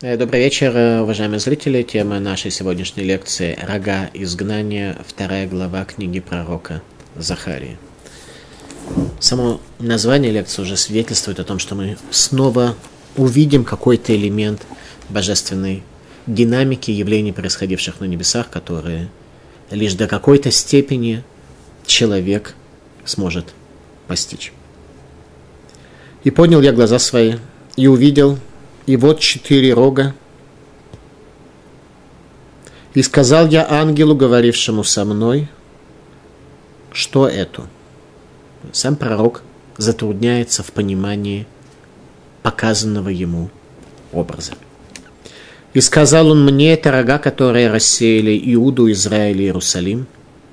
Добрый вечер, уважаемые зрители. Тема нашей сегодняшней лекции «Рога изгнания», 2 глава книги пророка Захарии. Само название лекции уже свидетельствует о том, что мы снова увидим какой-то элемент божественной динамики явлений, происходивших на небесах, которые лишь до какой-то степени человек сможет постичь. «И поднял я глаза свои, и увидел, и вот 4 рога. И сказал я ангелу, говорившему со мной, что это?» Сам пророк затрудняется в понимании показанного ему образа. «И сказал он мне, это рога, которые рассеяли Иуду, Израиль и Иерусалим».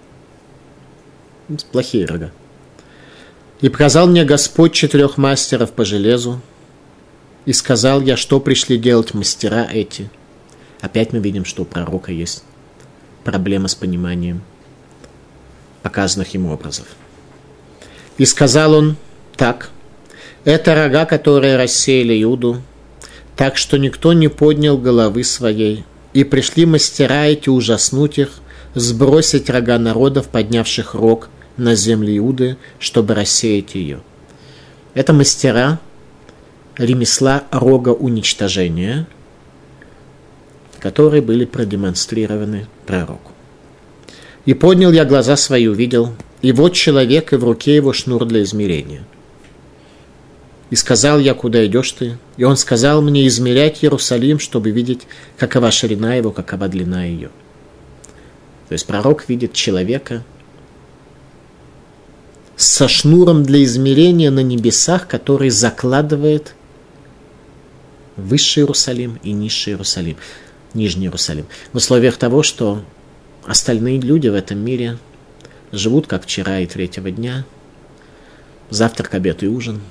Плохие рога. «И показал мне Господь 4 мастеров по железу. И сказал я, что пришли делать мастера эти». Опять мы видим, что у пророка есть проблема с пониманием показанных ему образов. «И сказал он так, это рога, которые рассеяли Иуду, так что никто не поднял головы своей. И пришли мастера эти ужаснуть их, сбросить рога народов, поднявших рог на землю Иуды, чтобы рассеять ее». Это мастера ремесла рога уничтожения, которые были продемонстрированы пророку. «И поднял я глаза свои, увидел, и вот человек, и в руке его шнур для измерения. И сказал я, куда идешь ты? И он сказал мне, измерять Иерусалим, чтобы видеть, какова ширина его, какова длина ее». То есть пророк видит человека со шнуром для измерения на небесах, который закладывает высший Иерусалим и низший Иерусалим, нижний Иерусалим. В условиях того, что остальные люди в этом мире живут, как вчера и 3-го дня, завтрак, обед и ужин.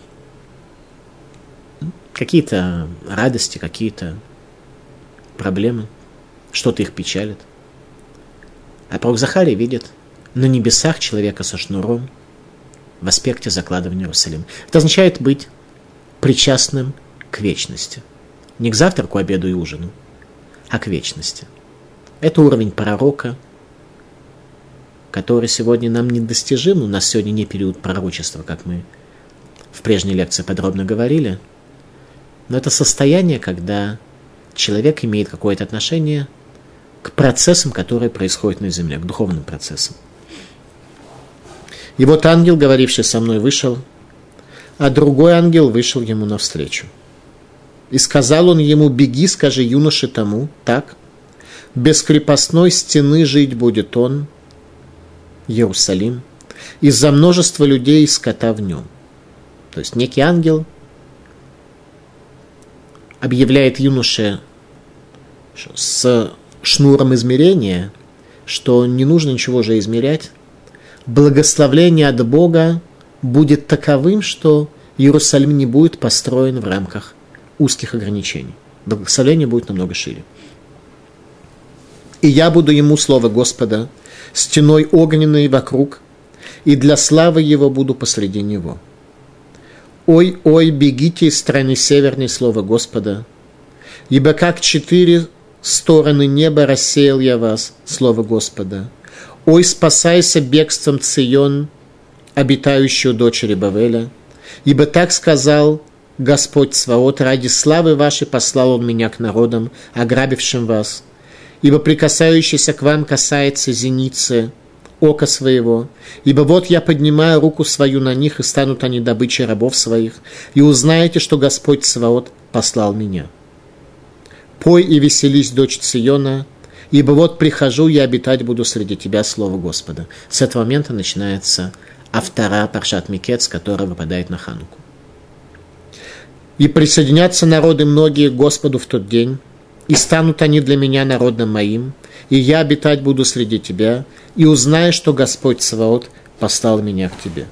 Какие-то радости, какие-то проблемы, что-то их печалит. А пророк Захария видит на небесах человека со шнуром в аспекте закладывания Иерусалима. Это означает быть причастным к вечности. Не к завтраку, обеду и ужину, а к вечности. Это уровень пророка, который сегодня нам недостижим. У нас сегодня не период пророчества, как мы в прежней лекции подробно говорили. Но это состояние, когда человек имеет какое-то отношение к процессам, которые происходят на земле, к духовным процессам. И вот ангел, говоривший со мной, вышел, а другой ангел вышел ему навстречу. И сказал он ему, беги, скажи юноше тому, так, без крепостной стены жить будет он, Иерусалим, из-за множества людей и скота в нем. То есть некий ангел объявляет юноше с шнуром измерения, что не нужно ничего уже измерять. Благословление от Бога будет таковым, что Иерусалим не будет построен в рамках узких ограничений. Благословение будет намного шире. «И я буду ему слово Господа, стеной огненной вокруг, и для славы его буду посреди него. Ой, ой, бегите из страны северной, слово Господа, ибо как 4 стороны неба рассеял я вас, слово Господа. Ой, спасайся бегством Цион, обитающую дочери Бавеля, ибо так сказал Господь Цваот, ради славы вашей послал он меня к народам, ограбившим вас, ибо прикасающийся к вам касается зеницы ока своего, ибо вот я поднимаю руку свою на них, и станут они добычей рабов своих, и узнаете, что Господь Цваот послал меня. Пой и веселись, дочь Циона, ибо вот прихожу, я обитать буду среди тебя, слово Господа». С этого момента начинается автора Паршат Микец, который выпадает на Хануку. «И присоединятся народы многие к Господу в тот день, и станут они для меня народом моим, и я обитать буду среди тебя, и узнаю, что Господь Цваот послал меня к тебе.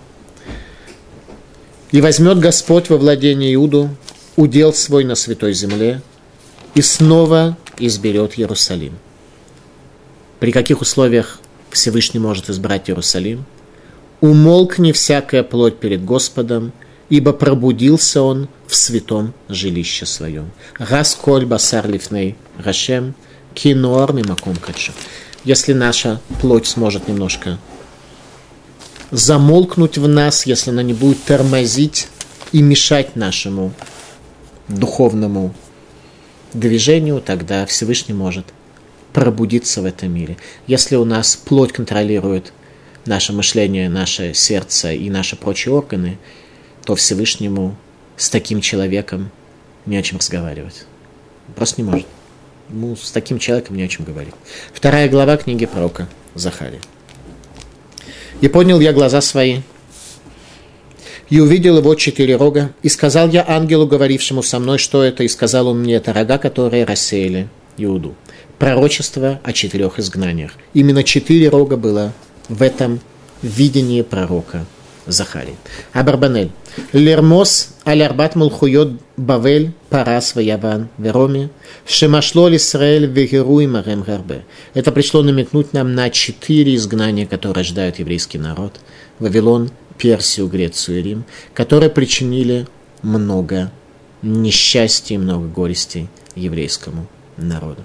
И возьмет Господь во владение Иуду удел свой на святой земле, и снова изберет Иерусалим». При каких условиях Всевышний может избрать Иерусалим? «Умолкни всякая плоть перед Господом, ибо пробудился он в святом жилище своем. Гас коль басар лифней Гашем, кинор мимаком кадшо. Если наша плоть сможет немножко замолкнуть в нас, если она не будет тормозить и мешать нашему духовному движению, тогда Всевышний может пробудиться в этом мире. Если у нас плоть контролирует наше мышление, наше сердце и наши прочие органы, то Всевышнему с таким человеком не о чем разговаривать. Просто не может. Ему с таким человеком не о чем говорить. 2 глава книги пророка Захария. «И поднял я глаза свои, и увидел его 4 рога, и сказал я ангелу, говорившему со мной, что это, и сказал он мне, это рога, которые рассеяли Иуду». Пророчество о 4 изгнаниях. Именно 4 рога было в этом видении пророка Захарии. Абарбанель. Лермос алярбат мулхуйот бавель парас ваяван вероми шемашло лисраэль вегеруй марем гарбе. Это пришло намекнуть нам на 4 изгнания, которые рождают еврейский народ. Вавилон, Персию, Грецию и Рим, которые причинили много несчастья и много горестей еврейскому народу.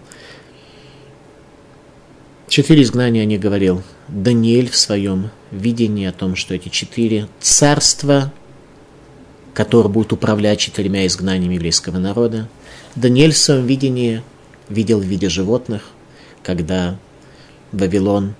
4 изгнания о них говорил Даниэль в своем видении о том, что эти 4 царства, которые будут управлять 4 изгнаниями еврейского народа. Даниэль в своем видении видел в виде животных, когда Вавилон,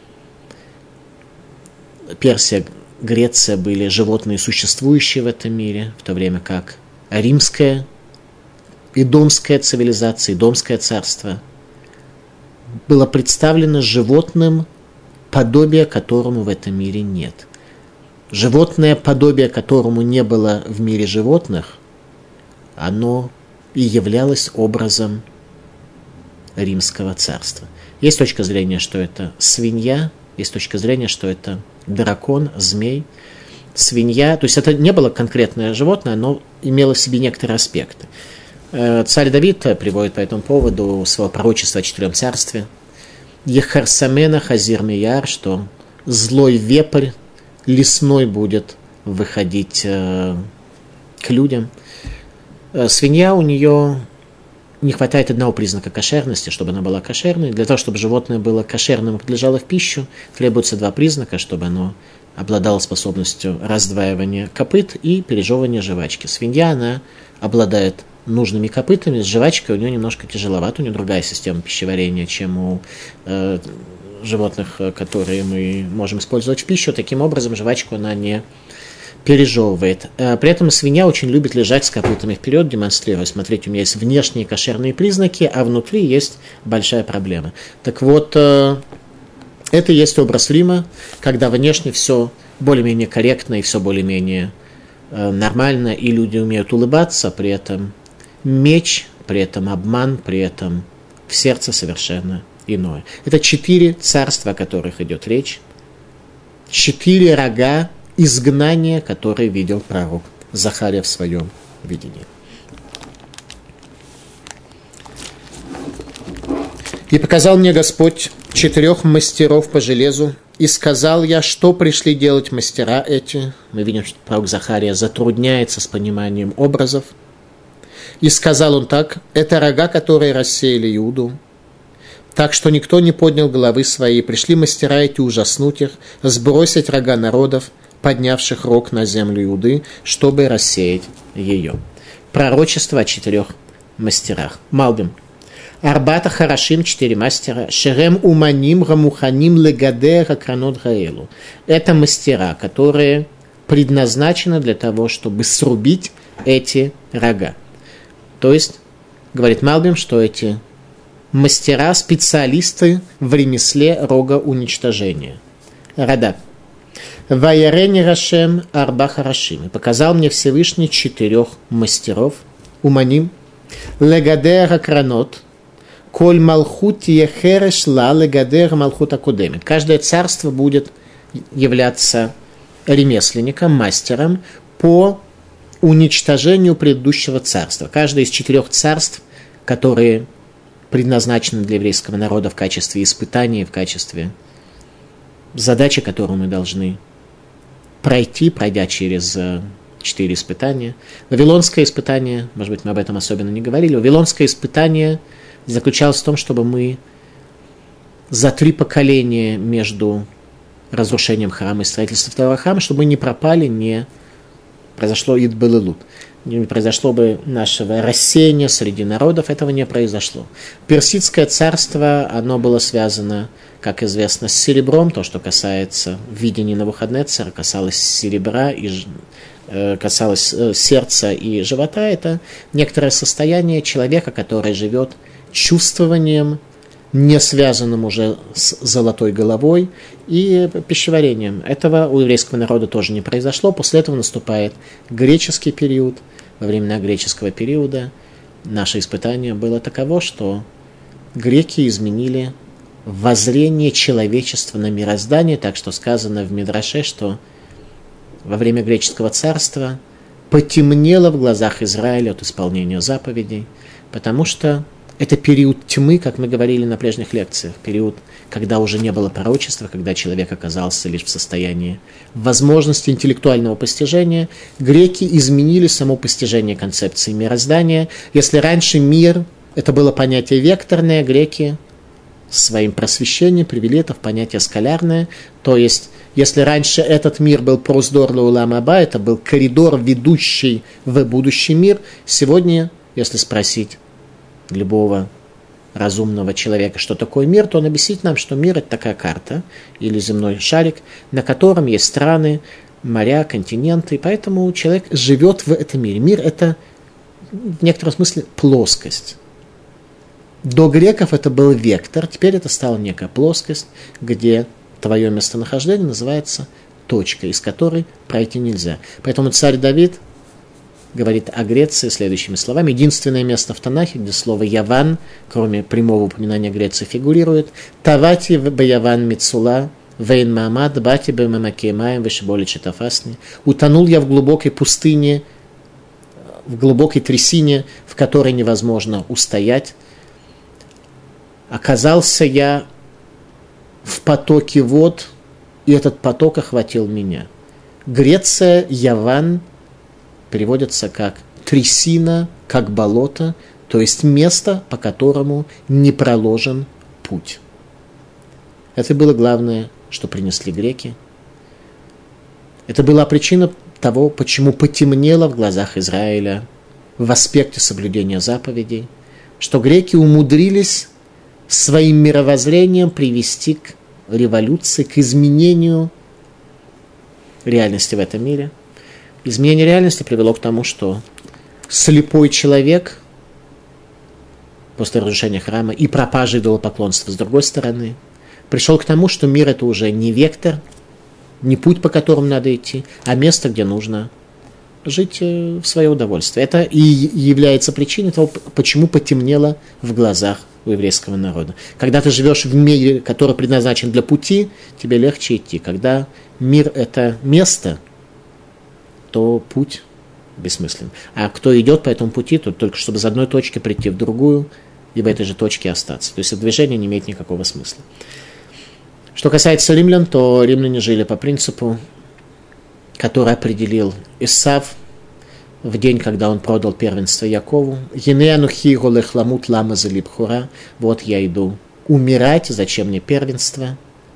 Персия, Греция были животные, существующие в этом мире, в то время как римская, идомская цивилизация, идомское царство было представлено животным, подобие которому в этом мире нет. Животное, подобие которому не было в мире животных, оно и являлось образом римского царства. Есть точка зрения, что это свинья, есть точка зрения, что это дракон, змей. Свинья, то есть это не было конкретное животное, но имело в себе некоторые аспекты. Царь Давид приводит по этому поводу своего пророчества о 4 царстве. Ехарсамена Хазир Мияр, что злой вепрь лесной будет выходить к людям. Свинья, у нее не хватает одного признака кошерности, чтобы она была кошерной. Для того, чтобы животное было кошерным и подлежало в пищу, требуется 2 признака, чтобы оно обладало способностью раздваивания копыт и пережевывания жвачки. Свинья, она обладает нужными копытами, с жвачкой у нее немножко тяжеловато, у нее другая система пищеварения, чем у животных, которые мы можем использовать в пищу. Таким образом, жвачку она не пережевывает. При этом свинья очень любит лежать с копытами вперед, демонстрируя, смотрите, у меня есть внешние кошерные признаки, а внутри есть большая проблема. Так вот, это и есть образ Рима, когда внешне все более-менее корректно и все более-менее нормально, и люди умеют улыбаться, при этом меч, при этом обман, при этом в сердце совершенно иное. Это 4 царства, о которых идет речь, 4 рога изгнания, которые видел пророк Захария в своем видении. «И показал мне Господь 4 мастеров по железу, и сказал я, что пришли делать мастера эти». Мы видим, что пророк Захария затрудняется с пониманием образов. «И сказал он так, это рога, которые рассеяли Иуду, так что никто не поднял головы своей. Пришли мастера эти ужаснуть их, сбросить рога народов, поднявших рог на землю Иуды, чтобы рассеять ее». Пророчество о 4 мастерах. Малбим. Арбата Харашим, 4 мастера. Шерем Уманим Рамуханим Легаде Ракранот Гаэлу. Это мастера, которые предназначены для того, чтобы срубить эти рога. То есть, говорит Малбим, что эти мастера, специалисты в ремесле рога уничтожения. Радак. Ваярени Рашем Арба Харашим. Показал мне Всевышний 4 мастеров. Уманим. Легаде Ракранот. Коль Малхут Ехереш Ла Легадер Малхут Акудемит. Каждое царство будет являться ремесленником, мастером по уничтожению предыдущего царства. Каждое из 4 царств, которые предназначены для еврейского народа в качестве испытания, в качестве задачи, которую мы должны пройти, пройдя через 4 испытания. Вавилонское испытание, может быть, мы об этом особенно не говорили, Вавилонское испытание заключалось в том, чтобы мы за 3 поколения между разрушением храма и строительством второго храма, чтобы мы не пропали, не произошло идбелелут, не произошло бы нашего рассеяния среди народов, этого не произошло. Персидское царство, оно было связано, как известно, с серебром, то, что касается видения Навуходнецера, касалось серебра и касалось сердца и живота, это некоторое состояние человека, который живет чувствованием, не связанным уже с золотой головой и пищеварением. Этого у еврейского народа тоже не произошло. После этого наступает греческий период. Во времена греческого периода наше испытание было таково, что греки изменили воззрение человечества на мироздание, так что сказано в Мидраше, что во время греческого царства потемнело в глазах Израиля от исполнения заповедей, потому что это период тьмы, как мы говорили на прежних лекциях, период, когда уже не было пророчества, когда человек оказался лишь в состоянии возможности интеллектуального постижения. Греки изменили само постижение концепции мироздания. Если раньше мир – это было понятие векторное, греки своим просвещением привели это в понятие скалярное, то есть если раньше этот мир был проздор лаулам аба, это был коридор, ведущий в будущий мир, сегодня, если спросить любого разумного человека, что такое мир, то он объяснит нам, что мир – это такая карта или земной шарик, на котором есть страны, моря, континенты, и поэтому человек живет в этом мире. Мир – это в некотором смысле плоскость. До греков это был вектор, теперь это стала некая плоскость, где твое местонахождение называется точка, из которой пройти нельзя. Поэтому царь Давид говорит о Греции следующими словами. Единственное место в Танахе, где слово «Яван», кроме прямого упоминания Греции, фигурирует. «Тавати б Яван мицула, вейн маамад, бати б мамакеймаем, вешеболи читафасни». «Утонул я в глубокой пустыне, в глубокой трясине, в которой невозможно устоять. Оказался я в потоке вод, и этот поток охватил меня». Греция, Яван, переводится как трясина, как болото, то есть место, по которому не проложен путь. Это было главное, что принесли греки. Это была причина того, почему потемнело в глазах Израиля в аспекте соблюдения заповедей, что греки умудрились своим мировоззрением привести к революции, к изменению реальности в этом мире. Изменение реальности привело к тому, что слепой человек после разрушения храма и пропажи идолопоклонства с другой стороны пришел к тому, что мир – это уже не вектор, не путь, по которому надо идти, а место, где нужно жить в свое удовольствие. Это и является причиной того, почему потемнело в глазах у еврейского народа. Когда ты живешь в мире, который предназначен для пути, тебе легче идти. Когда мир – это место, то путь бессмыслен. А кто идет по этому пути, то только чтобы из одной точки прийти в другую и в этой же точке остаться. То есть движение не имеет никакого смысла. Что касается римлян, то римляне жили по принципу, который определил Исав в день, когда он продал первенство Якову. Вот я иду умирать, зачем мне первенство?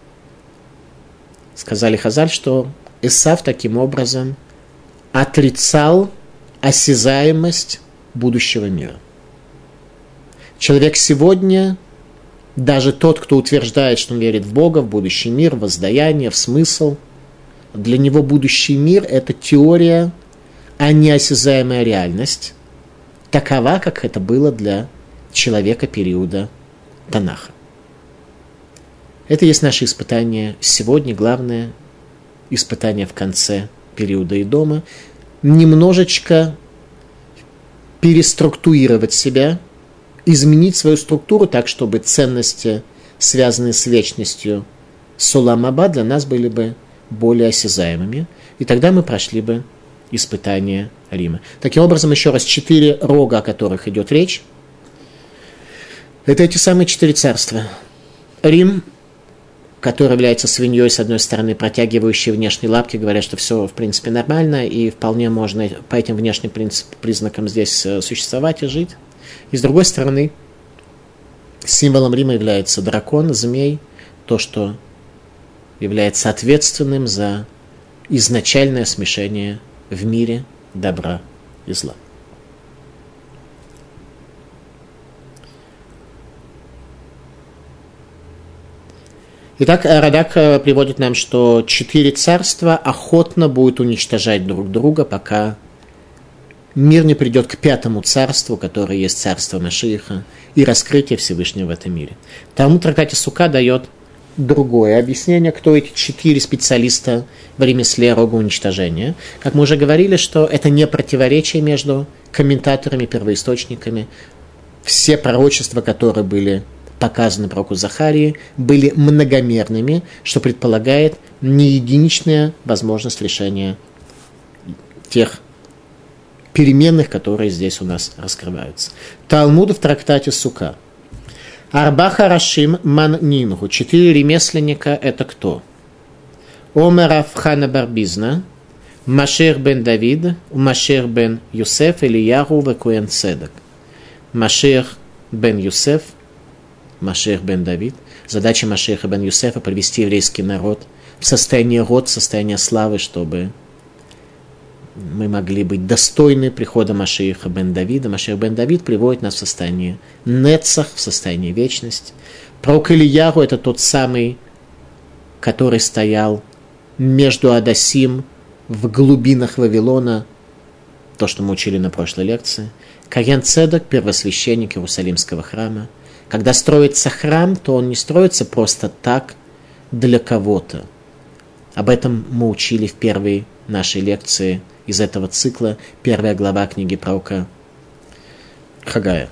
Сказали Хазаль, что Исав таким образом отрицал осязаемость будущего мира. Человек сегодня, даже тот, кто утверждает, что он верит в Бога, в будущий мир, в воздаяние, в смысл, для него будущий мир – это теория, а не осязаемая реальность, такова, как это было для человека периода Танаха. Это есть наше испытание сегодня, главное испытание в конце периода Идома, немножечко переструктурировать себя, изменить свою структуру так, чтобы ценности, связанные с вечностью Солам Аба, для нас были бы более осязаемыми, и тогда мы прошли бы испытание Рима. Таким образом, еще раз, 4 рога, о которых идет речь, это эти самые 4 царства. Рим, который является свиньей, с одной стороны, протягивающие внешние лапки, говорят, что все, в принципе, нормально, и вполне можно по этим внешним признакам здесь существовать и жить. И с другой стороны, символом Рима является дракон, змей, то, что является ответственным за изначальное смешение в мире добра и зла. Итак, Радак приводит нам, что 4 царства охотно будут уничтожать друг друга, пока мир не придет к 5-му царству, которое есть царство Машиаха, и раскрытие Всевышнего в этом мире. Талмуд в трактате Сука дает другое объяснение, кто эти 4 специалиста в ремесле рога уничтожения. Как мы уже говорили, что это не противоречие между комментаторами, первоисточниками. Все пророчества, которые были показаны пророку Захарии, были многомерными, что предполагает не единичная возможность решения тех переменных, которые здесь у нас раскрываются. Талмуд в трактате Сука. Арба харашим ман нингу. 4 ремесленника – это кто? Омер рав Хана бар Бизна, Машех бен Давид, Машех бен Юсеф, Ильяху ве Коэн Цедек. Машех бен Юсеф, Машех бен Давид. Задача Машеха бен Юсефа – привести еврейский народ в состояние род, в состояние славы, чтобы мы могли быть достойны прихода Машеха бен Давида. Машех бен Давид приводит нас в состояние Нецах, в состояние вечности. Пророк Ильяху – это тот самый, который стоял между Адасим в глубинах Вавилона, то, что мы учили на прошлой лекции. Коэн Цедек – первосвященник Иерусалимского храма. Когда строится храм, то он не строится просто так для кого-то. Об этом мы учили в первой нашей лекции из этого цикла, 1 глава книги пророка Хагая.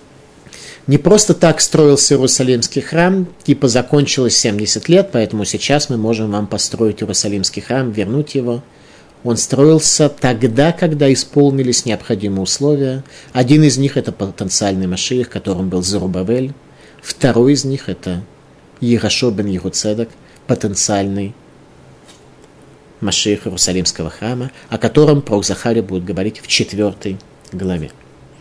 Не просто так строился Иерусалимский храм, типа закончилось 70 лет, поэтому сейчас мы можем вам построить Иерусалимский храм, вернуть его. Он строился тогда, когда исполнились необходимые условия. Один из них – это потенциальный Машиах, которым был Зарубавель. Второй из них – это Йерошуа бен Йехуцедек, потенциальный Машиах Иерусалимского храма, о котором пророк Захария будет говорить в 4 главе.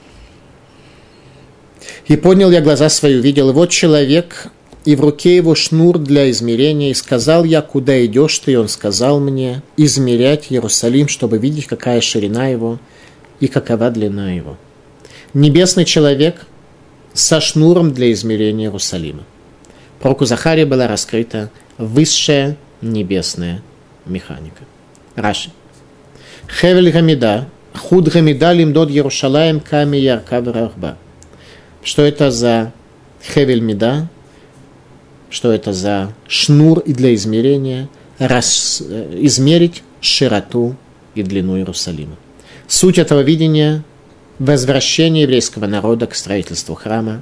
«И поднял я глаза свои, увидел, и вот человек, и в руке его шнур для измерения, и сказал я, куда идешь ты, и он сказал мне, измерять Иерусалим, чтобы видеть, какая ширина его и какова длина его. Небесный человек со шнуром для измерения Иерусалима». Пророку Захарии была раскрыта высшая небесная механика. Раши. Хевель Гамида, худ Гамида лимдод Иерушалаем ками ярка врахба. Что это за Хевель Мида? Что это за шнур и для измерения? Измерить широту и длину Иерусалима. Суть этого видения – возвращение еврейского народа к строительству храма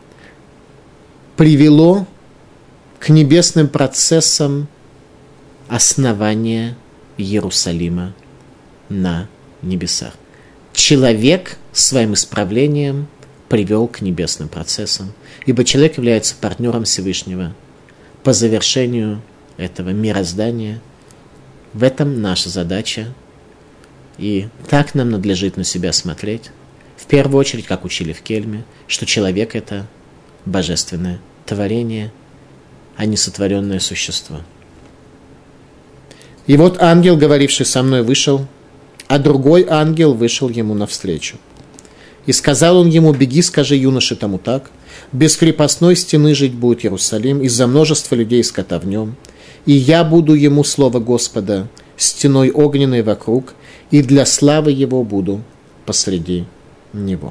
привело к небесным процессам основания Иерусалима на небесах. Человек своим исправлением привел к небесным процессам, ибо человек является партнером Всевышнего по завершению этого мироздания. В этом наша задача, и так нам надлежит на себя смотреть. В первую очередь, как учили в Кельме, что человек – это божественное творение, а не сотворенное существо. И вот ангел, говоривший со мной, вышел, а другой ангел вышел ему навстречу. И сказал он ему: беги, скажи юноше тому так, без крепостной стены жить будет Иерусалим, из-за множества людей и скота в нем. И я буду ему, слово Господа, стеной огненной вокруг, и для славы его буду посреди него.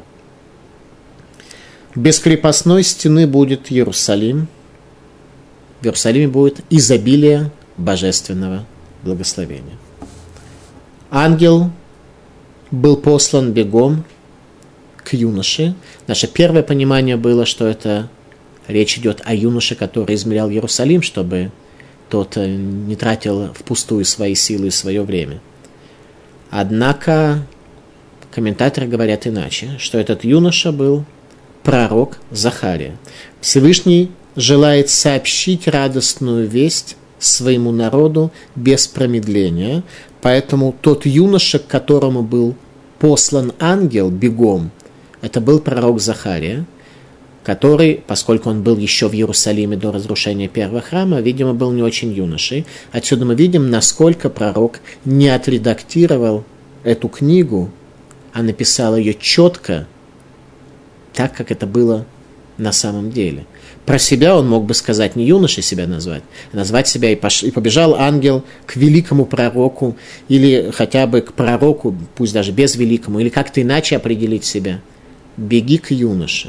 Без крепостной стены будет Иерусалим. В Иерусалиме будет изобилие божественного благословения. Ангел был послан бегом к юноше. Наше первое понимание было, что это речь идет о юноше, который измерял Иерусалим, чтобы тот не тратил впустую свои силы и свое время. Однако комментаторы говорят иначе, что этот юноша был пророк Захария. Всевышний желает сообщить радостную весть своему народу без промедления. Поэтому тот юноша, к которому был послан ангел бегом, это был пророк Захария, который, поскольку он был еще в Иерусалиме до разрушения первого храма, видимо, был не очень юношей. Отсюда мы видим, насколько пророк не отредактировал эту книгу, а написал ее четко, так, как это было на самом деле. Про себя он мог бы сказать, не юношей себя назвать себя, и побежал ангел к великому пророку, или хотя бы к пророку, пусть даже без великому, или как-то иначе определить себя. Беги к юноше.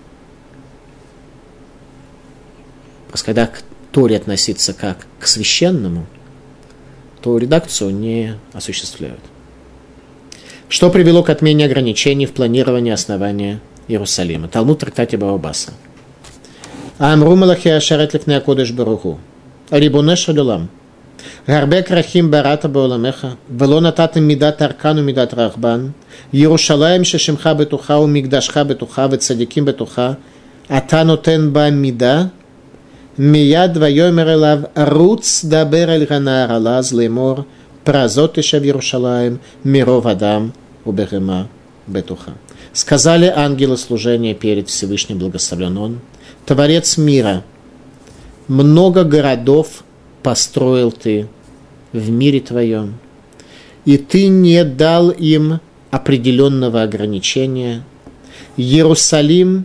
Просто когда к Торе относиться как к священному, то редакцию не осуществляют. Что привело к отмене ограничений в планировании основания Иерусалима? Талмуд в трактате Бава Басра. Амру малахи ашарет лифней акодеш баруху. Рибоне шель олам. Гарбе крахим барата баоламеха. Вело нататем мидат аркан умидат рахбан. Иерушалаим шешемха бетуха умигдашха бетуха вецадиким бетуха. Ата нотен ба мида. Мияд вайомер элав руц дабер эль ганаар алаз лемор. Празот тишев Иерушалаим миров адам убегема бетуха. Сказали ангелы служения перед Всевышним, благословлен он, Творец мира, много городов построил ты в мире твоем, и ты не дал им определенного ограничения. Иерусалим,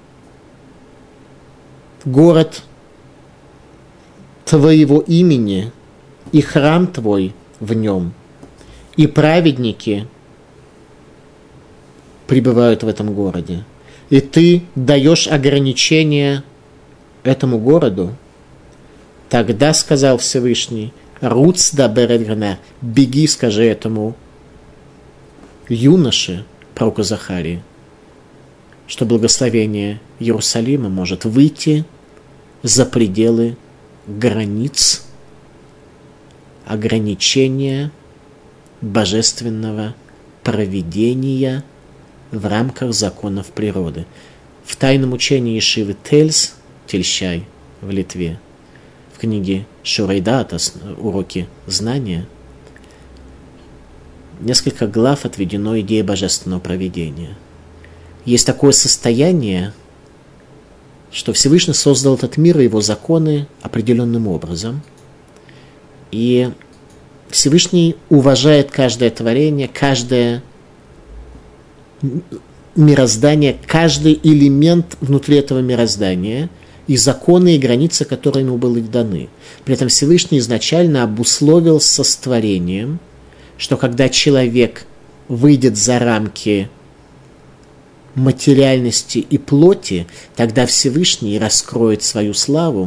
город твоего имени, и храм твой в нем, и праведники пребывают в этом городе, и ты даешь ограничения этому городу, тогда сказал Всевышний, Руц да берегна, беги, скажи этому юноше, пророку Захарии, что благословение Иерусалима может выйти за пределы границ ограничения божественного провидения в рамках законов природы. В тайном учении Ешивы Тельс, Тельщай в Литве, в книге Шурейдат, уроки знания, несколько глав отведено идее божественного провидения. Есть такое состояние, что Всевышний создал этот мир и его законы определенным образом. И Всевышний уважает каждое творение, каждое мироздание, каждый элемент внутри этого мироздания и законы и границы, которые ему были даны. При этом Всевышний изначально обусловил со створением, что когда человек выйдет за рамки материальности и плоти, тогда Всевышний раскроет свою славу,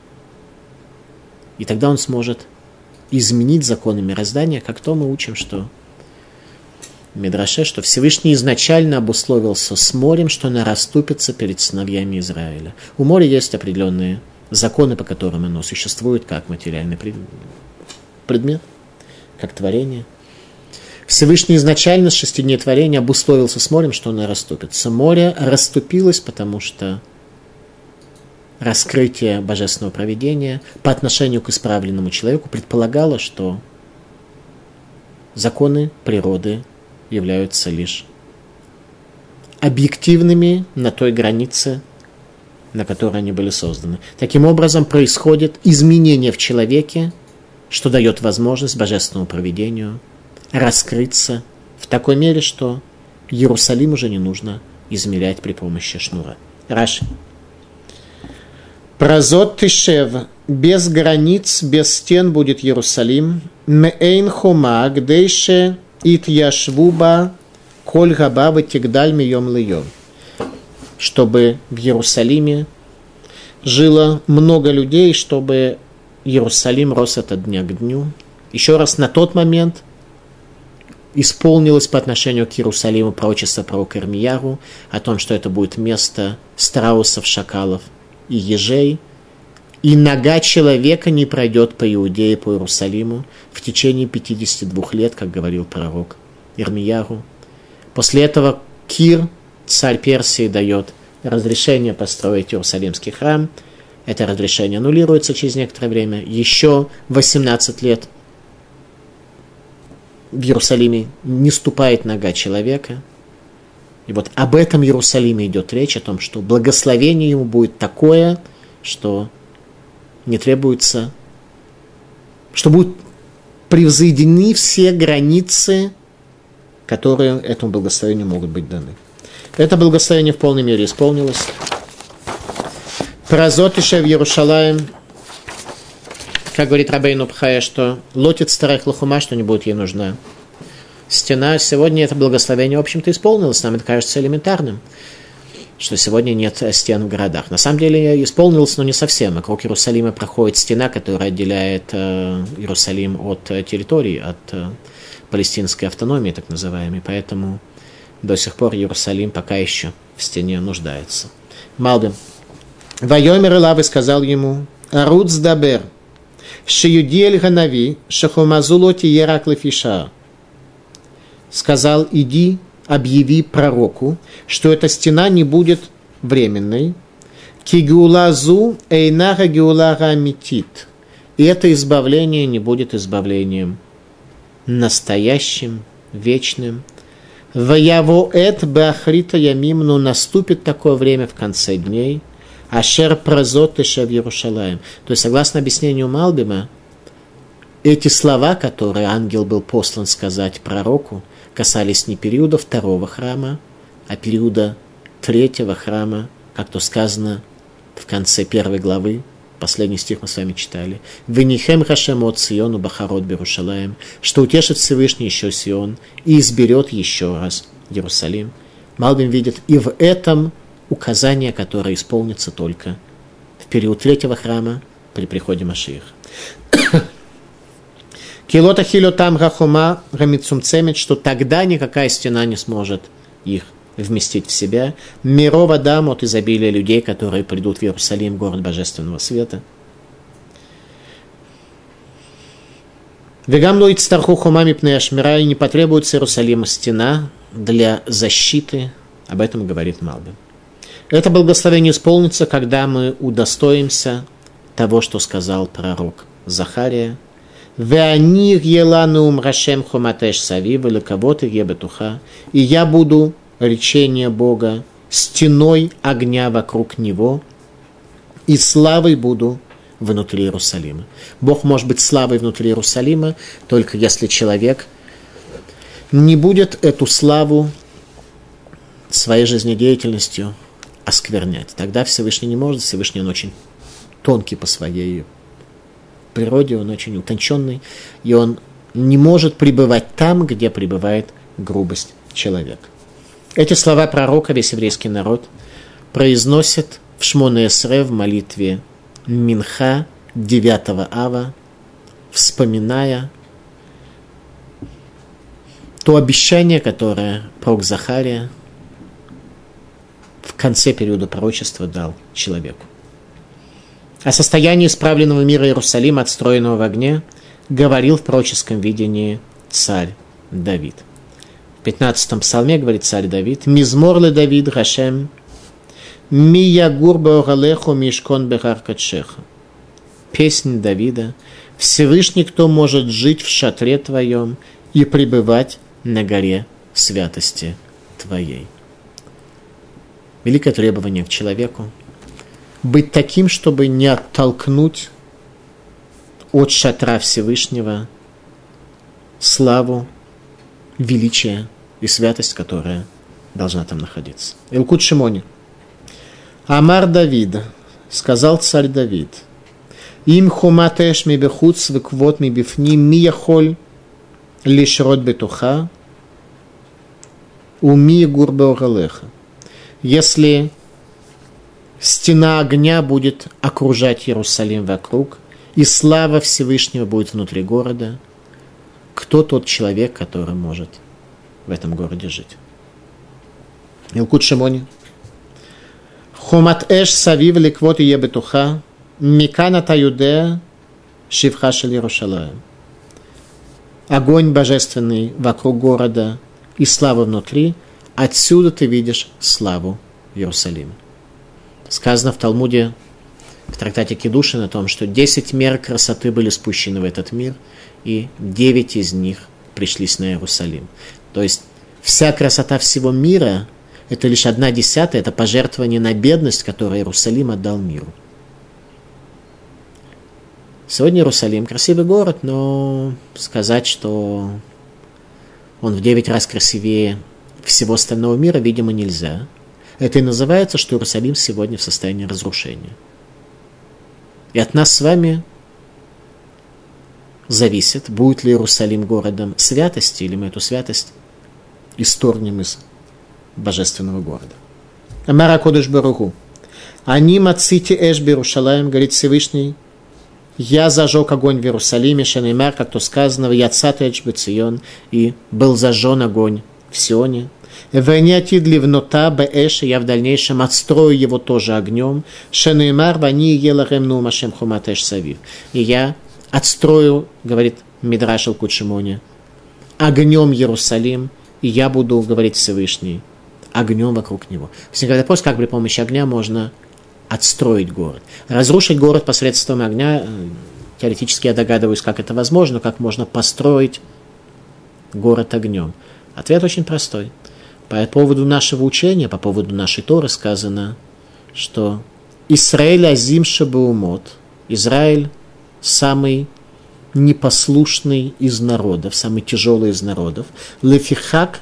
и тогда он сможет изменить законы мироздания, как то мы учим, что в Мидраше, что Всевышний изначально обусловился с морем, что оно расступится перед сыновьями Израиля. У моря есть определенные законы, по которым оно существует, как материальный предмет, как творение. Всевышний изначально с 6 дней творения обусловился с морем, что оно расступится. Море расступилось, потому что раскрытие божественного провидения по отношению к исправленному человеку предполагало, что законы природы являются лишь объективными на той границе, на которой они были созданы. Таким образом, происходит изменение в человеке, что дает возможность божественному провидению раскрыться в такой мере, что Иерусалим уже не нужно измерять при помощи шнура. Раши. Празот тишев, без границ, без стен будет Иерусалим. Меэйн хома, гдейше ит яшвуба, коль габа ватигдаль мием льем. Чтобы в Иерусалиме жило много людей, чтобы Иерусалим рос от дня к дню. Еще раз, на тот момент исполнилось по отношению к Иерусалиму пророчество пророка Ирмияру о том, что это будет место страусов, шакалов и ежей, и нога человека не пройдет по Иудее, по Иерусалиму в течение 52 лет, как говорил пророк Ирмияру. После этого Кир, царь Персии, дает разрешение построить Иерусалимский храм. это разрешение аннулируется через некоторое время. Еще 18 лет в Иерусалиме не ступает нога человека. И вот об этом Иерусалиме идет речь, о том, что благословение ему будет такое, что не требуется, что будут превзойдены все границы, которые этому благословению могут быть даны. Это благословение в полной мере исполнилось. Празот ише в Иерушалаим, как говорит Рабейну Пхая, что лотит старых лохума, что не будет ей нужна. Стена, сегодня это благословение, в общем-то, исполнилось. Нам это кажется элементарным, что сегодня нет стен в городах. На самом деле исполнилось, но не совсем. Вокруг Иерусалима проходит стена, которая отделяет Иерусалим от территории, от палестинской автономии, так называемой. Поэтому до сих пор Иерусалим пока еще в стене нуждается. Малбим. Вайомер Элав сказал ему: Аруц дабер, шеюдиэль ганави, шахумазулоти ерак лефиша. Сказал: иди, объяви пророку, что эта стена не будет временной. Кигулазу эйнага геулара митит. И это избавление не будет избавлением настоящим, вечным. Ваявоэт беахрита ямим, но наступит такое время в конце дней. Ашер празот ише в Иерушалаим. То есть, согласно объяснению Малбима, эти слова, которые ангел был послан сказать пророку, касались не периода второго храма, а периода третьего храма, как то сказано в конце первой главы, последний стих мы с вами читали. «Венихем хашем от Сиону бахарот берушалаем», что утешит Всевышний еще Сион и изберет еще раз Иерусалим. Малбим видит и в этом указание, которое исполнится только в период третьего храма при приходе Машиаха. Килота хилотам гахума гамицумцемет, что тогда никакая стена не сможет их вместить в себя. Мирова дам от изобилия людей, которые придут в Иерусалим, город божественного света. Вегам лоит старху хумами пнеашмира, и не потребуется Иерусалима стена для защиты. Об этом говорит Малбим. Это благословение исполнится, когда мы удостоимся того, что сказал пророк Захария. «Веанир елану умрашем хоматеш савив, или кого-то ебетуха, и я буду, речение Бога, стеной огня вокруг него, и славой буду внутри Иерусалима». Бог может быть славой внутри Иерусалима, только если человек не будет эту славу своей жизнедеятельностью осквернять. Тогда Всевышний не может, Всевышний он очень тонкий по своей природе, он очень утонченный, и он не может пребывать там, где пребывает грубость человека. Эти слова пророка весь еврейский народ произносит в Шмоне-Эсре в молитве Минха 9 ава, вспоминая то обещание, которое пророк Захария в конце периода пророчества дал человеку. О состоянии исправленного мира Иерусалима, отстроенного в огне, говорил в пророческом видении царь Давид. В 15-м псалме говорит царь Давид: «Мизмор ле Давид Гашем, ми ягур беогалеху мишкон бехар кадшеха». Песнь Давида: «Всевышний, кто может жить в шатре твоем и пребывать на горе святости твоей». Великое требование к человеку – быть таким, чтобы не оттолкнуть от шатра Всевышнего славу, величие и святость, которая должна там находиться. Илкут Шимони. Амар Давид, сказал царь Давид: «Им хуматеш ми бехуц веквот ми бифни ми яхоль лишрот бетуха уми гур беогалеха». Если стена огня будет окружать Иерусалим вокруг, и слава Всевышнего будет внутри города, кто тот человек, который может в этом городе жить? Илкут Шимони. Хомат эш савив леквот и ебетуха, микана таюдея шивха шель Иерушалаим. Огонь божественный вокруг города и слава внутри, отсюда ты видишь славу Иерусалима. Сказано в Талмуде в трактате Кидушин о том, что 10 мер красоты были спущены в этот мир, и 9 из них пришлись на Иерусалим. То есть вся красота всего мира – это лишь 1/10, это пожертвование на бедность, которое Иерусалим отдал миру. Сегодня Иерусалим красивый город, но сказать, что он в 9 раз красивее всего остального мира, видимо, нельзя. Это и называется, что Иерусалим сегодня в состоянии разрушения. И от нас с вами зависит, будет ли Иерусалим городом святости, или мы эту святость исторгнем из божественного города. Амара Кодыш Баруху. Они мацити эш Берушалаем, говорит Всевышний, я зажег огонь в Иерусалиме, Шанеймар, как то сказано, в Яцат эш Бецион, и был зажжен огонь в Сионе. Венятид ливнота бэш, я в дальнейшем отстрою его тоже огнем. Шанеймар вани елахем ну машем хумат эш савив. И я отстрою, говорит Мидраш Аль-Кут-Шимоне, огнем Иерусалим, и я буду, говорит Всевышний, огнем вокруг него. Возникает вопрос, как при помощи огня можно отстроить город. Разрушить город посредством огня, теоретически я догадываюсь, как это возможно, как можно построить город огнем. Ответ очень простой. По поводу нашего учения, по поводу нашей Торы сказано, что Исраэль азим шебеумот, Израиль самый непослушный из народов, самый тяжелый из народов, лефихах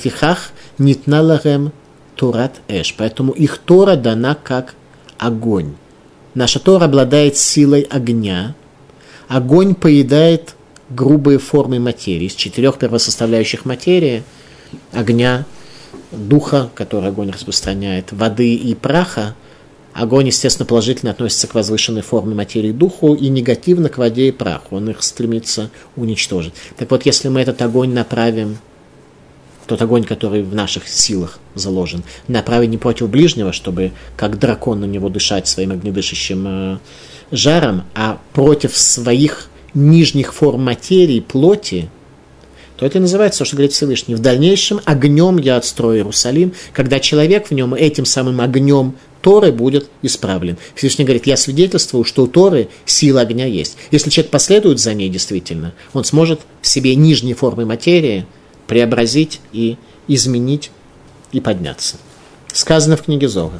нитна лахем турат эш, поэтому их Тора дана как огонь. Наша Тора обладает силой огня. Огонь поедает грубые формы материи. Из 4 первосоставляющих материи – огня, духа, который огонь распространяет, воды и праха. Огонь, естественно, положительно относится к возвышенной форме материи духу и негативно к воде и праху. Он их стремится уничтожить. Так вот, если мы этот огонь направим, тот огонь, который в наших силах заложен, направить не против ближнего, чтобы как дракон на него дышать своим огнедышащим жаром, а против своих нижних форм материи, плоти, то это и называется, что говорит Всевышний. В дальнейшем огнем я отстрою Иерусалим, когда человек в нем этим самым огнем Торы будет исправлен. Всевышний говорит, я свидетельствую, что у Торы сила огня есть. Если человек последует за ней действительно, он сможет в себе нижние формы материи преобразить и изменить и подняться. Сказано в книге Зогар.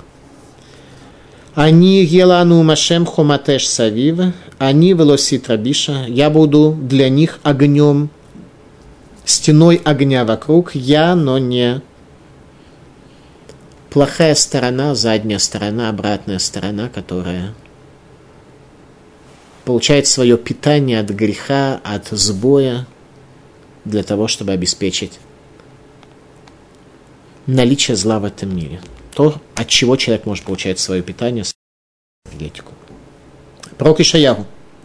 Они елану машем хоматеш савив, они велосит рабиша, я буду для них огнем, стеной огня вокруг, я, но не плохая сторона, задняя сторона, обратная сторона, которая получает свое питание от греха, от сбоя, для того, чтобы обеспечить наличие зла в этом мире. То, от чего человек может получать свое питание, энергетику. Пророк Ишаяху.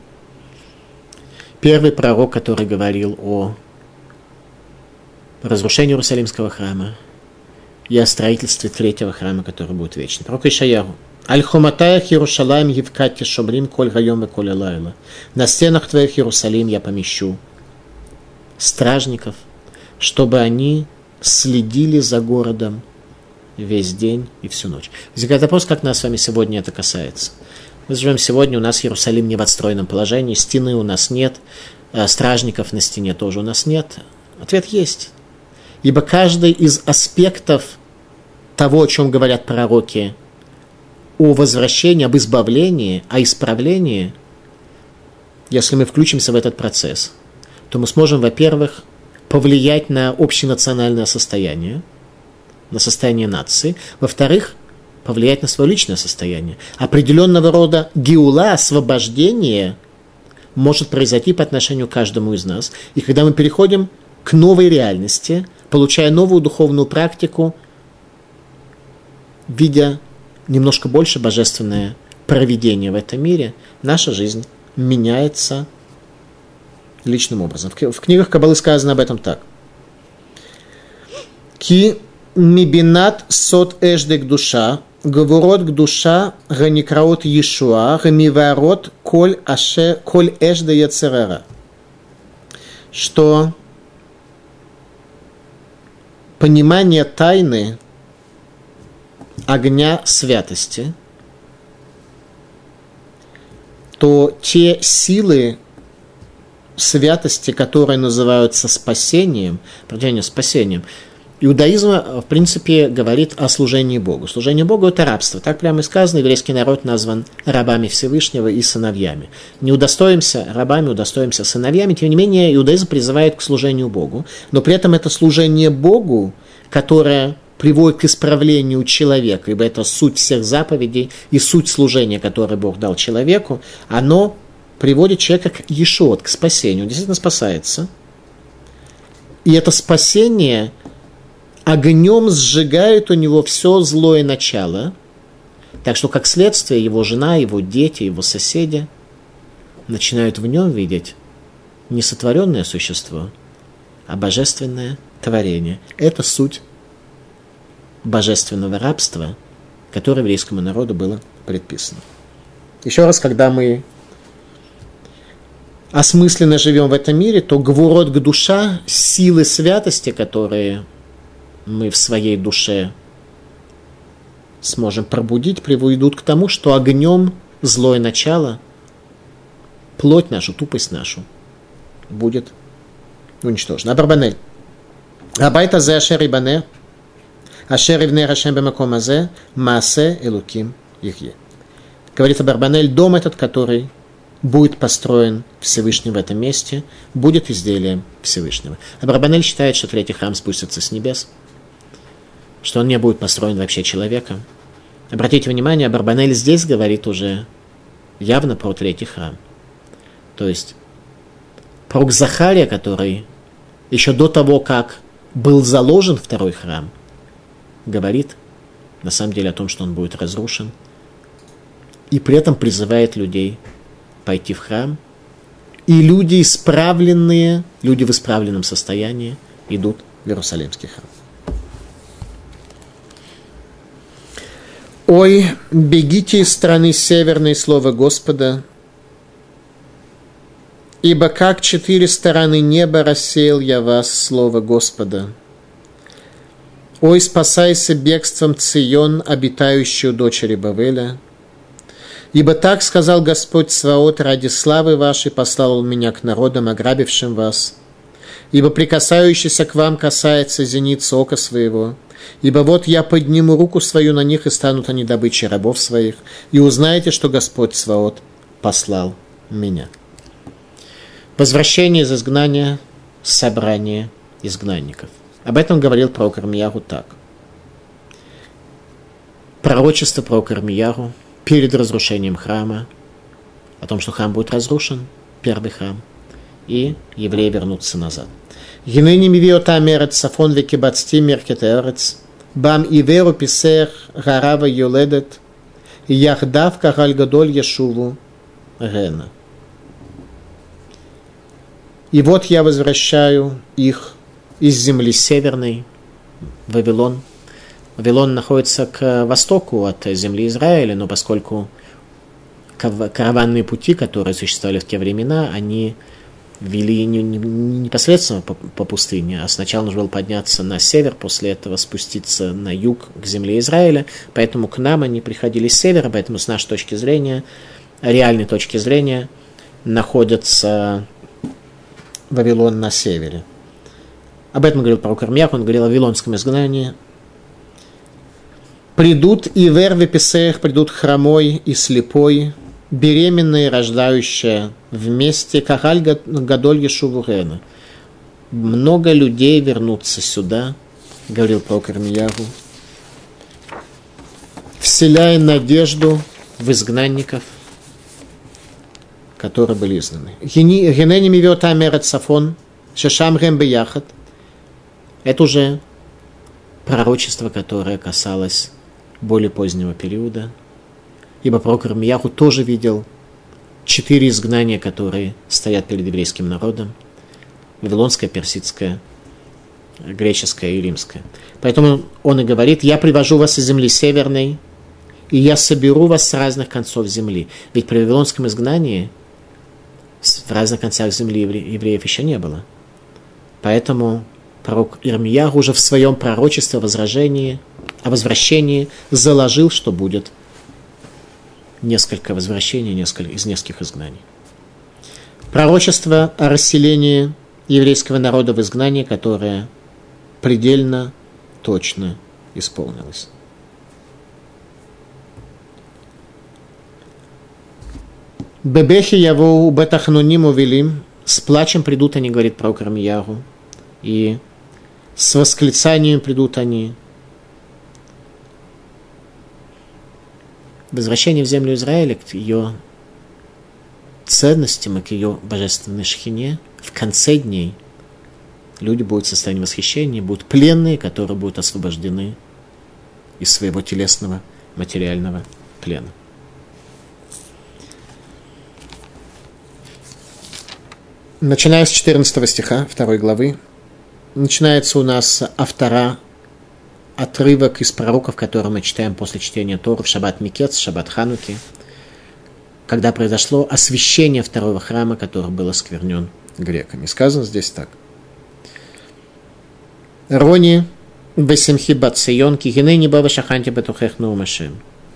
Первый пророк, который говорил о разрушении Иерусалимского храма и о строительстве 3-го храма, который будет вечный. Пророк Ишаяху. Аль-Хуматаях Иерушалаим Евкати Шобрим Коль Гайом и Коль Алайла. На стенах твоих Иерусалим я помещу стражников, чтобы они следили за городом весь день и всю ночь. Возникает вопрос, как нас с вами сегодня это касается. Мы живем сегодня, у нас Иерусалим не в отстроенном положении, стены у нас нет, стражников на стене тоже у нас нет. Ответ есть. Ибо каждый из аспектов того, о чем говорят пророки, о возвращении, об избавлении, о исправлении, если мы включимся в этот процесс, то мы сможем, во-первых, повлиять на общенациональное состояние, на состояние нации. Во-вторых, повлиять на свое личное состояние. Определенного рода геула, освобождение, может произойти по отношению к каждому из нас. И когда мы переходим к новой реальности, получая новую духовную практику, видя немножко больше божественное провидение в этом мире, наша жизнь меняется личным образом. В книгах Каббалы сказано об этом так. Ки мибинат сот эждек душа, говорот к душа, ганикраот Иешуа, гамиварот коль эжде яцерара. Что понимание тайны огня святости то те силы святости, которые называются спасением, иудаизм, в принципе, говорит о служении Богу. Служение Богу – это рабство. Так прямо и сказано, еврейский народ назван рабами Всевышнего и сыновьями. Не удостоимся рабами, удостоимся сыновьями. Тем не менее, иудаизм призывает к служению Богу. Но при этом это служение Богу, которое приводит к исправлению человека, ибо это суть всех заповедей и суть служения, которое Бог дал человеку, оно приводит человека к ешот, к спасению. Он действительно спасается. И это спасение огнем сжигает у него все злое начало, так что, как следствие, его жена, его дети, его соседи начинают в нем видеть не сотворенное существо, а божественное творение. Это суть божественного рабства, которое еврейскому народу было предписано. Еще раз, когда мы осмысленно живем в этом мире, то гвурот к душа, силы святости, которые мы в своей душе сможем пробудить, приведут к тому, что огнем злое начало, плоть нашу, тупость нашу будет уничтожена. Абарбанель. Абайта зе ашер ибане, ашер ивне рашем бемаком азе, маасе элуким ихе. Говорит Абарбанель, дом этот, который будет построен Всевышним в этом месте, будет изделием Всевышнего. Абарбанель считает, что третий храм спустится с небес, что он не будет построен вообще человеком. Обратите внимание, Абарбанель здесь говорит уже явно про третий храм. То есть пророк Захария, который еще до того, как был заложен второй храм, говорит на самом деле о том, что он будет разрушен, и при этом призывает людей пойти в храм, и люди исправленные, люди в исправленном состоянии идут в Иерусалимский храм. «Ой, бегите из страны северной, слово Господа, ибо как 4 стороны неба рассеял я вас, слово Господа. Ой, спасайся бегством Цион, обитающую дочери Бавеля. Ибо так сказал Господь Цваот, ради славы вашей послал он меня к народам, ограбившим вас. Ибо прикасающийся к вам касается зениц ока своего. Ибо вот я подниму руку свою на них, и станут они добычей рабов своих, и узнаете, что Господь Цваот послал меня». Возвращение из изгнания, собрание изгнанников. Об этом говорил пророк Ирмияху так. Пророчество пророка Ирмияху перед разрушением храма, о том, что храм будет разрушен, первый храм, и евреи вернутся назад. «Гинени мивиотам эрец сафон векибацти меркет эрец, бам иверу писер гарава йоледет, яхдав кагаль гадоль яшуву гена». «И вот я возвращаю их из земли северной, Вавилон». Вавилон находится к востоку от земли Израиля, но поскольку караванные пути, которые существовали в те времена, они вели не непосредственно по пустыне, а сначала нужно было подняться на север, после этого спуститься на юг к земле Израиля, поэтому к нам они приходили с севера, поэтому с нашей точки зрения, реальной точки зрения, находится Вавилон на севере. Об этом говорил пророк Ирмияху, он говорил о вавилонском изгнании. «Придут и вервы писех, придут хромой и слепой, беременная и рождающая вместе, кахаль гадоль ешуву гена». Много людей вернутся сюда, говорил пророк Ирмияху, вселяя надежду в изгнанников, которые были изгнаны. «Генени мивиотам эрец сафон, шешам гэм бияхат». Это уже пророчество, которое касалось более позднего периода. Ибо пророк Ирмияху тоже видел 4 изгнания, которые стоят перед еврейским народом. Вавилонское, персидское, греческое и римское. Поэтому он и говорит: «Я привожу вас из земли северной, и я соберу вас с разных концов земли». Ведь при вавилонском изгнании в разных концах земли евреев еще не было. Поэтому пророк Ирмияху уже в своем пророчестве о возвращении заложил, что будет несколько возвращений из нескольких изгнаний. Пророчество о расселении еврейского народа в изгнании, которое предельно точно исполнилось. Бебехи явоу бетахнуним увелим, с плачем придут они, говорит пророк Ирмиягу, и с восклицанием придут они. Возвращение в землю Израиля, к ее ценностям и к ее божественной шхине, в конце дней люди будут в состоянии восхищения, будут пленные, которые будут освобождены из своего телесного, материального плена. Начиная с 14 стиха 2 главы, начинается у нас автора, отрывок из пророков, который мы читаем после чтения Торы в Шаббат Микец, Шаббат Хануки, когда произошло освящение второго храма, который был осквернен греками. Сказано здесь так. Рони бесимхи бат Сион, ки гиней бава шаханти бетухех наумашем.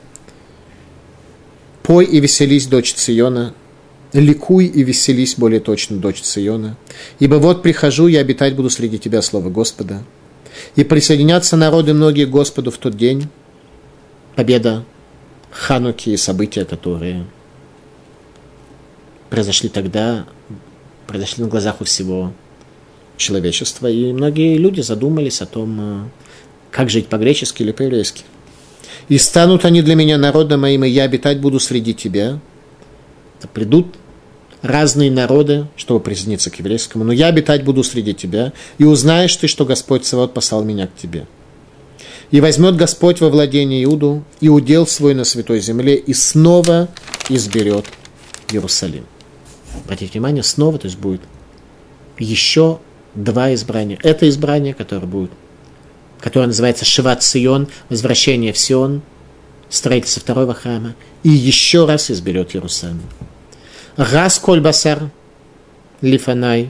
Пой и веселись, дочь Циона, ликуй и веселись, более точно, дочь Циона, ибо вот прихожу, я обитать буду среди тебя, слово Господа, и присоединятся народы многие к Господу в тот день. Победа Хануки и события, которые произошли тогда, произошли на глазах у всего человечества, и многие люди задумались о том, как жить по-гречески или по-еврейски. «И станут они для меня народом моим, и я обитать буду среди тебя». Придут разные народы, чтобы присоединиться к еврейскому, но я обитать буду среди тебя, и узнаешь ты, что Господь Цаваот послал меня к тебе. И возьмет Господь во владение Иуду, и удел свой на святой земле, и снова изберет Иерусалим. Обратите внимание, снова, то есть будет еще два избрания. Это избрание, которое называется Шиват Сион, возвращение в Сион, строительство второго храма, и еще раз изберет Иерусалим. Раз коль басар лифанай,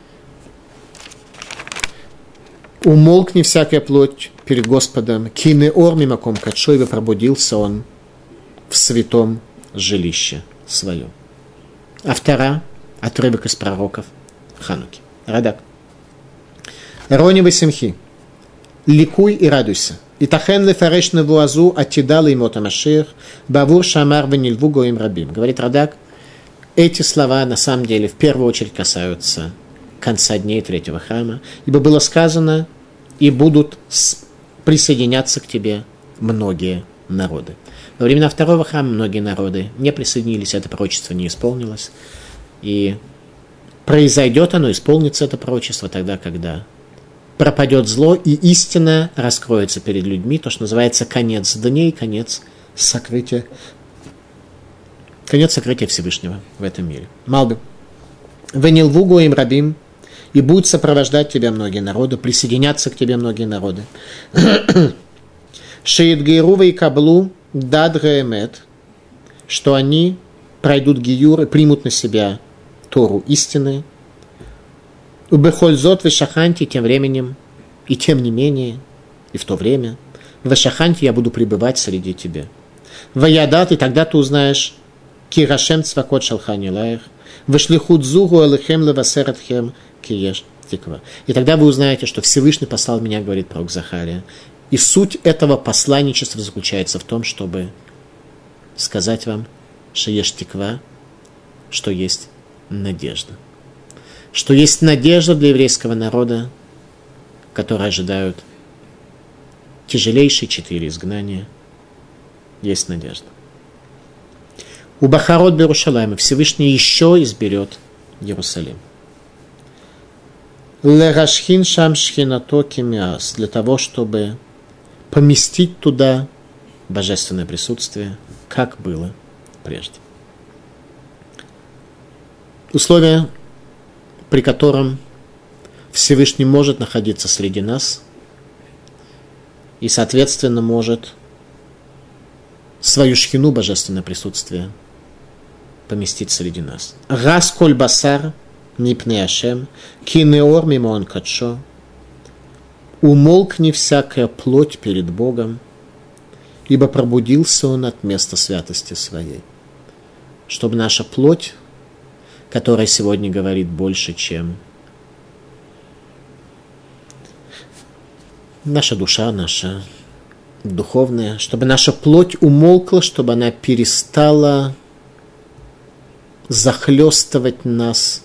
умолкни всякая плоть перед Господом, кине ор мимаком кадшой, и пробудился он в святом жилище своем. Автора, отрывок из пророков Хануки. Радак. Рони весимхи, ликуй и радуйся. Итахен лефареш невуазу аттидал имота Машиах, бавур шамар венильву гоим рабим. Говорит Радак, эти слова на самом деле в первую очередь касаются конца дней третьего храма, ибо было сказано, и будут присоединяться к тебе многие народы. Во времена второго храма многие народы не присоединились, это пророчество не исполнилось, и произойдет оно, исполнится это пророчество тогда, когда пропадет зло, и истина раскроется перед людьми, то, что называется конец дней, конец сокрытия Всевышнего в этом мире. Малби. Венилвугу им рабим, и будут сопровождать тебя многие народы, присоединятся к тебе многие народы. Шеидгейрува и каблу дадгаэмет, что они пройдут гиюр и примут на себя Тору истины. Убехользот вешаханти, тем временем, и тем не менее, и в то время, в вешаханти я буду пребывать среди тебя. Ваядат, и тогда ты узнаешь, кирашем цвакот шалхани лаях, вышлихут зугу элэхэм левасератхэм киеш тиква. И тогда вы узнаете, что Всевышний послал меня, говорит пророк Захария. И суть этого посланничества заключается в том, чтобы сказать вам, шееш тиква, что есть надежда. Что есть надежда для еврейского народа, которые ожидают тяжелейшие 4 изгнания. Есть надежда. У Бахарот Берушалайма Всевышний еще изберет Иерусалим. Лерашхин шам шхинато кимиас, для того, чтобы поместить туда божественное присутствие, как было прежде. Условие, при котором Всевышний может находиться среди нас и, соответственно, может свою шхину, божественное присутствие, поместить среди нас. Рас коль басар мипне ашем, кинеор мимон кадшо, умолкни всякая плоть перед Богом, ибо пробудился он от места святости своей. Чтобы наша плоть, которая сегодня говорит больше, чем наша душа, наша духовная, чтобы наша плоть умолкла, чтобы она перестала захлестывать нас.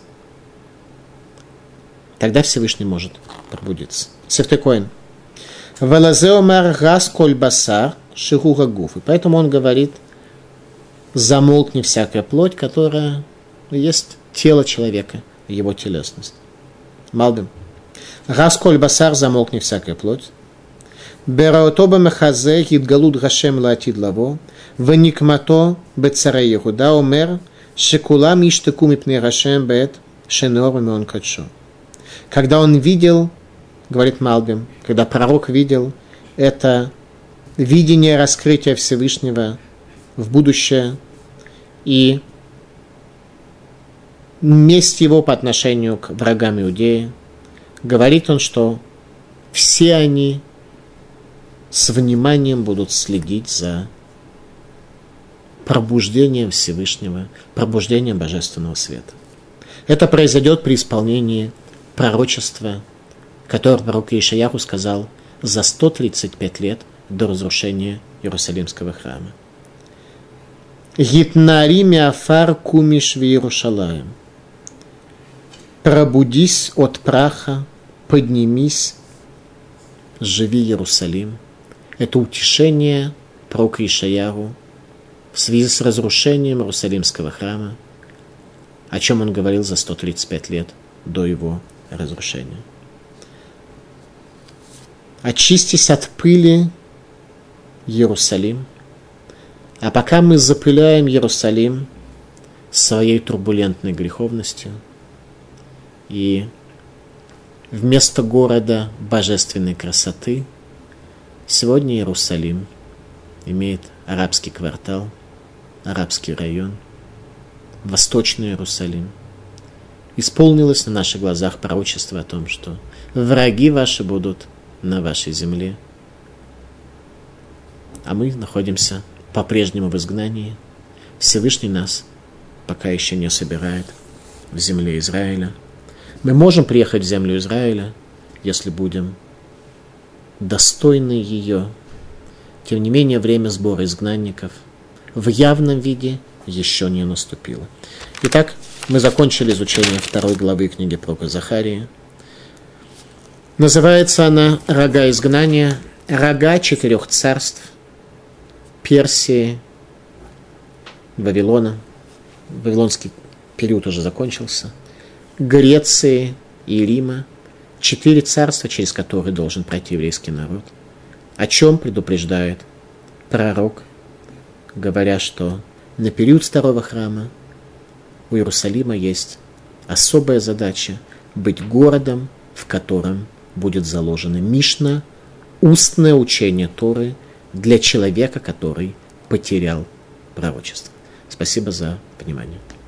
Тогда Всевышний может пробудиться. Сефтей Коэн. Велазеомар гас коль басар шигуга гуф. И поэтому он говорит: замолкни всякая плоть, которая есть тело человека, его телесность. Малбим. Гас коль басар, замолкни всякая плоть. Бераотоба мехазе гидгалут гашем латид лаво. Веникмато бецаре Егуда умер шекулам иштеку мипне гашем бет шенор меон кадшо. Когда он видел, говорит Малбим, когда пророк видел это видение раскрытия Всевышнего в будущее и месть его по отношению к врагам Иудеи, говорит он, что все они с вниманием будут следить за пробуждением Всевышнего, пробуждением Божественного Света. Это произойдет при исполнении пророчества, которое пророк Ишаяху сказал за 135 лет до разрушения Иерусалимского храма. «Гитнари миафар кумиш в Иерушалаем». «Пробудись от праха, поднимись, живи Иерусалим». Это утешение пророка Ишаяху в связи с разрушением Иерусалимского храма, о чем он говорил за 135 лет до его разрушения. Очистись от пыли, Иерусалим. А пока мы запыляем Иерусалим своей турбулентной греховностью, и вместо города божественной красоты сегодня Иерусалим имеет арабский квартал, арабский район, Восточный Иерусалим. Исполнилось на наших глазах пророчество о том, что враги ваши будут на вашей земле. А мы находимся по-прежнему в изгнании. Всевышний нас пока еще не собирает в земле Израиля. Мы можем приехать в землю Израиля, если будем достойны ее. Тем не менее, время сбора изгнанников в явном виде еще не наступило. Итак, мы закончили изучение 2 главы книги пророка Захарии. Называется она «Рога изгнания», рога 4 царств Персии, Вавилона. Вавилонский период уже закончился. Греции и Рима. 4 царства, через которые должен пройти еврейский народ. О чем предупреждает пророк, говоря, что на период второго храма у Иерусалима есть особая задача быть городом, в котором будет заложена Мишна, устное учение Торы для человека, который потерял пророчество. Спасибо за внимание.